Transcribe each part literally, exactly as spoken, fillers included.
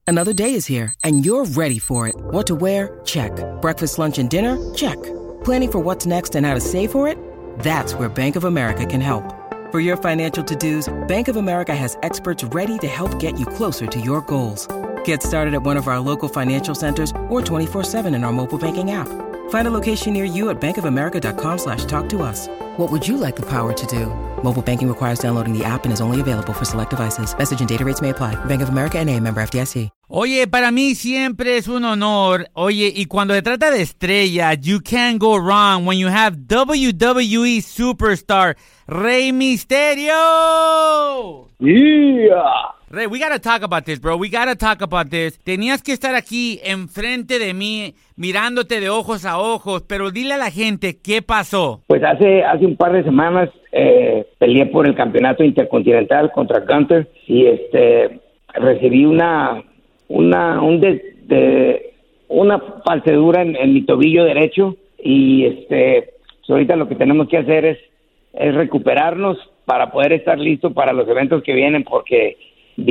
Another day is here, and you're ready for it. What to wear? Check. Breakfast, lunch, and dinner? Check. Planning for what's next and how to save for it? That's where Bank of America can help. For your financial to-dos, Bank of America has experts ready to help get you closer to your goals. Get started at one of our local financial centers or twenty-four seven in our mobile banking app. Find a location near you at bankofamerica.com slash talk to us. What would you like the power to do? Mobile banking requires downloading the app and is only available for select devices. Message and data rates may apply. Bank of America N A, member F D I C. Oye, para mí siempre es un honor. Oye, y cuando se trata de estrella, you can't go wrong when you have W W E superstar Rey Mysterio. Yeah. Rey, we gotta talk about this, bro. We gotta talk about this. Tenías que estar aquí enfrente de mí, mirándote de ojos a ojos, pero dile a la gente qué pasó. Pues hace hace un par de semanas eh, peleé por el campeonato intercontinental contra Gunther y este recibí una una un de, de una falsedura en, en mi tobillo derecho y este pues ahorita lo que tenemos que hacer es es recuperarnos para poder estar listos para los eventos que vienen, porque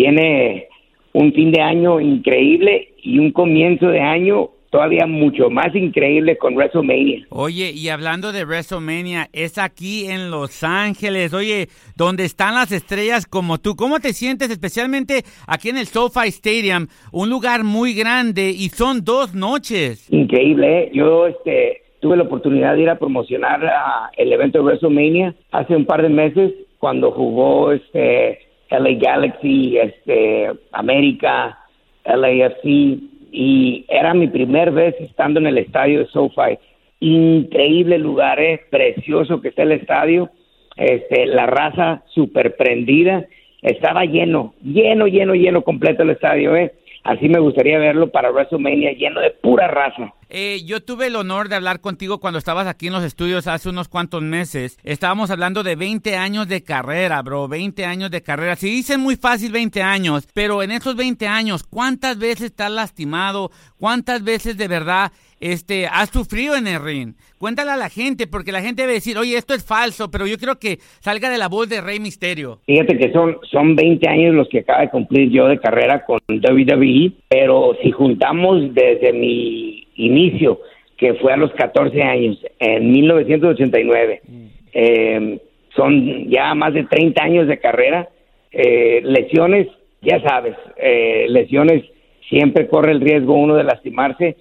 viene un fin de año increíble y un comienzo de año todavía mucho más increíble con WrestleMania. Oye, y hablando de WrestleMania, es aquí en Los Ángeles, oye, donde están las estrellas como tú. ¿Cómo te sientes, especialmente aquí en el SoFi Stadium, un lugar muy grande y son dos noches? Increíble, ¿eh? Yo este, tuve la oportunidad de ir a promocionar a el evento de WrestleMania hace un par de meses cuando jugó este L A Galaxy, este América, L A F C, y era mi primer vez estando en el estadio de SoFi. Increíble lugar, es precioso que está el estadio, este, la raza súper prendida, estaba lleno, lleno, lleno, lleno completo el estadio, eh. Así me gustaría verlo para WrestleMania, lleno de pura raza. Eh, yo tuve el honor de hablar contigo cuando estabas aquí en los estudios hace unos cuantos meses. Estábamos hablando de veinte años de carrera, bro, veinte años de carrera. Se dice muy fácil veinte años, pero en esos veinte años, ¿cuántas veces te has lastimado? ¿Cuántas veces de verdad este, has sufrido en el ring? Cuéntale a la gente, porque la gente debe decir, oye, esto es falso, pero yo quiero que salga de la voz de Rey Mysterio. Fíjate que son, son veinte años los que acaba de cumplir yo de carrera con W W E, pero si juntamos desde mi inicio, que fue a los catorce años, en mil novecientos ochenta y nueve, mm. eh, son ya más de treinta años de carrera, eh, lesiones, ya sabes, eh, lesiones, siempre corre el riesgo uno de lastimarse,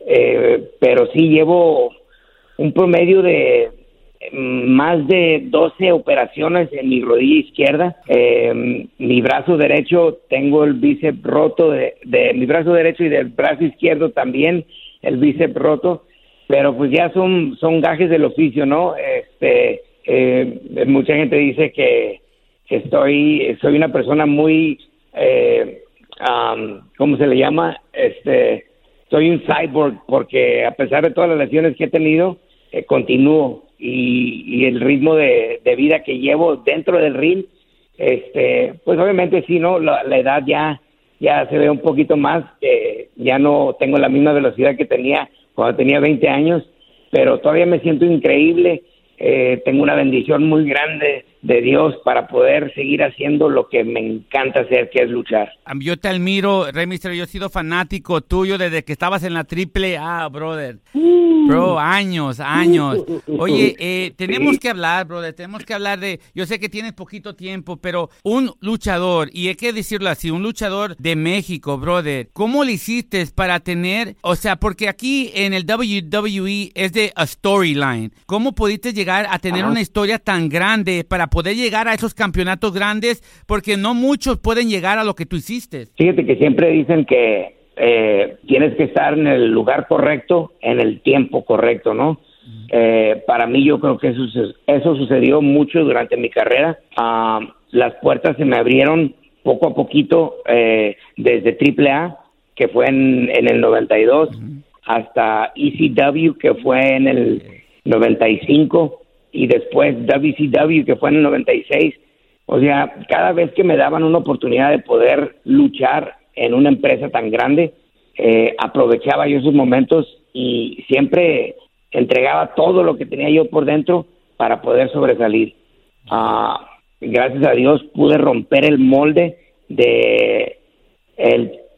eh, pero sí llevo un promedio de más de doce operaciones en mi rodilla izquierda. Eh, mi brazo derecho, tengo el bíceps roto de, de mi brazo derecho y del brazo izquierdo también el bíceps roto, pero pues ya son son gajes del oficio, ¿no? Este, eh, mucha gente dice que, que estoy soy una persona muy eh, um, ¿cómo se le llama? Este, soy un cyborg porque a pesar de todas las lesiones que he tenido, eh, continúo y, y el ritmo de, de vida que llevo dentro del ring, este, pues obviamente sí, ¿no? La, la edad ya ya se ve un poquito más, eh, ya no tengo la misma velocidad que tenía cuando tenía veinte años, pero todavía me siento increíble, eh, tengo una bendición muy grande de Dios para poder seguir haciendo lo que me encanta hacer, que es luchar. Yo te admiro, Rey Mysterio, yo he sido fanático tuyo desde que estabas en la triple A, brother. Mm. Bro, años, años. Oye, eh, tenemos que hablar, brother, tenemos que hablar de, yo sé que tienes poquito tiempo, pero un luchador, y hay que decirlo así, un luchador de México, brother, ¿cómo le hiciste para tener, o sea, porque aquí en el W W E es de a storyline, ¿cómo pudiste llegar a tener Ajá. una historia tan grande para poder llegar a esos campeonatos grandes? Porque no muchos pueden llegar a lo que tú hiciste. Fíjate que siempre dicen que eh, tienes que estar en el lugar correcto, en el tiempo correcto, ¿no? Mm. Eh, para mí yo creo que eso, eso sucedió mucho durante mi carrera. Uh, las puertas se me abrieron poco a poquito eh, desde triple A, que fue en, en el noventa y dos, mm. hasta E C W, que fue en el noventa y cinco, y después W C W, que fue en el noventa y seis. O sea, cada vez que me daban una oportunidad de poder luchar en una empresa tan grande, eh, aprovechaba yo esos momentos y siempre entregaba todo lo que tenía yo por dentro para poder sobresalir. Uh, gracias a Dios pude romper el molde de el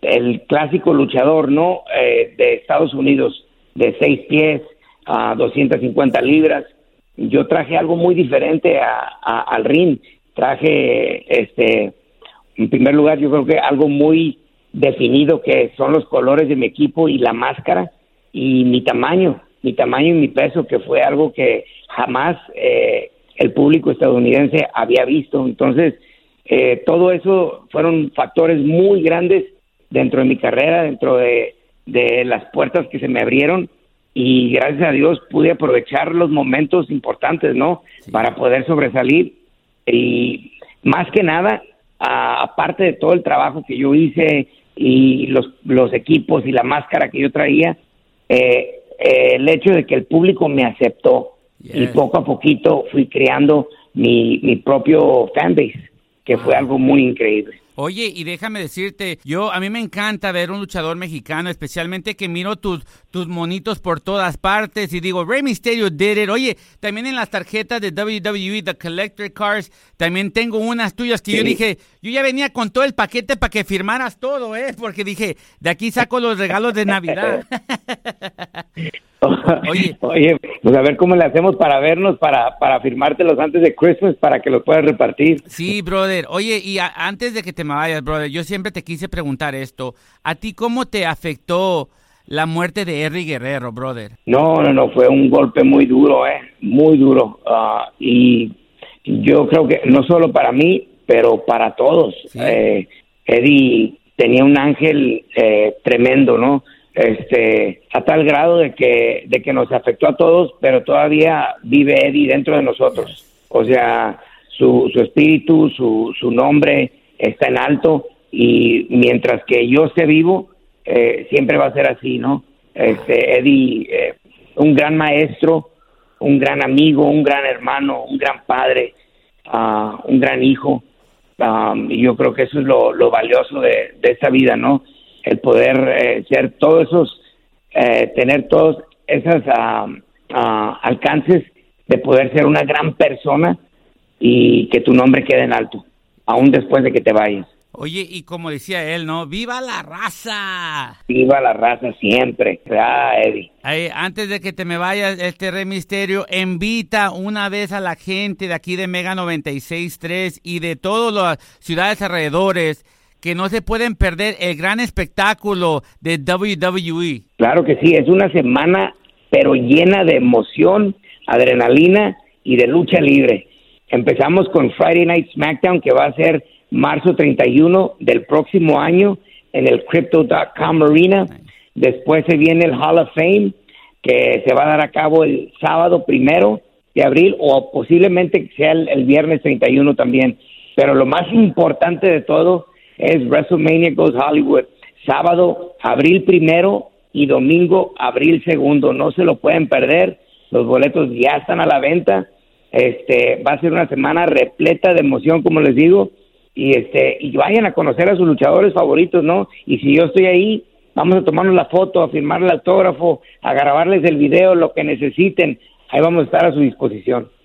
el clásico luchador, ¿no? Eh, de Estados Unidos, de seis pies a doscientas cincuenta libras. Yo traje algo muy diferente a, a, al ring. Traje, este, en primer lugar, yo creo que algo muy definido, que son los colores de mi equipo y la máscara y mi tamaño, mi tamaño y mi peso, que fue algo que jamás eh, el público estadounidense había visto. Entonces, eh, todo eso fueron factores muy grandes dentro de mi carrera, dentro de, de las puertas que se me abrieron, y gracias a Dios pude aprovechar los momentos importantes, ¿no? Sí. Para poder sobresalir. Y más que nada, a, aparte de todo el trabajo que yo hice y los, los equipos y la máscara que yo traía, eh, eh, el hecho de que el público me aceptó, yes. Y poco a poquito fui creando mi, mi propio fanbase, que wow. Fue algo muy increíble. Oye, y déjame decirte, yo a mí me encanta ver un luchador mexicano, especialmente que miro tus tus monitos por todas partes y digo, Rey Mysterio did it. Oye, también en las tarjetas de W W E, The Collector Cards, también tengo unas tuyas que sí. Yo dije, yo ya venía con todo el paquete para que firmaras todo, ¿eh? Porque dije, de aquí saco los regalos de Navidad. Oye, Oye, pues a ver cómo le hacemos para vernos, para, para firmártelos antes de Christmas, para que los puedas repartir. Sí, brother. Oye, y a, antes de que te me vayas, brother, yo siempre te quise preguntar esto. ¿A ti cómo te afectó la muerte de Eddie Guerrero, brother? No, no, no, fue un golpe muy duro, eh, muy duro. Uh, y yo creo que no solo para mí, pero para todos. Sí. Eh, Eddie tenía un ángel eh, tremendo, ¿no? Este, a tal grado de que de que nos afectó a todos, pero todavía vive Eddie dentro de nosotros. O sea, su su espíritu, su su nombre está en alto, y mientras que yo esté vivo, eh, siempre va a ser así, ¿no? Este, Eddie, eh, un gran maestro, un gran amigo, un gran hermano, un gran padre, uh, un gran hijo. Um, y yo creo que eso es lo, lo valioso de, de esta vida, ¿no? El poder eh, ser todos esos, eh, tener todos esos uh, uh, alcances de poder ser una gran persona y que tu nombre quede en alto, aún después de que te vayas. Oye, y como decía él, ¿no? ¡Viva la raza! ¡Viva la raza siempre! Ah, Eddie. Ay, antes de que te me vayas, este Rey Mysterio, invita una vez a la gente de aquí de Mega noventa y seis punto tres y de todas las ciudades alrededores, que no se pueden perder el gran espectáculo de W W E. Claro que sí, es una semana pero llena de emoción, adrenalina y de lucha libre. Empezamos con Friday Night SmackDown, que va a ser marzo treinta y uno del próximo año en el Crypto punto com Arena. Después se viene el Hall of Fame, que se va a dar a cabo el sábado primero de abril, o posiblemente sea el, el viernes treinta y uno también. Pero lo más importante de todo es WrestleMania Goes Hollywood, sábado, abril primero, y domingo, abril segundo. No se lo pueden perder, los boletos ya están a la venta. Este, va a ser una semana repleta de emoción, como les digo, y este, y vayan a conocer a sus luchadores favoritos, ¿no? Y si yo estoy ahí, vamos a tomarnos la foto, a firmar el autógrafo, a grabarles el video, lo que necesiten. Ahí vamos a estar a su disposición.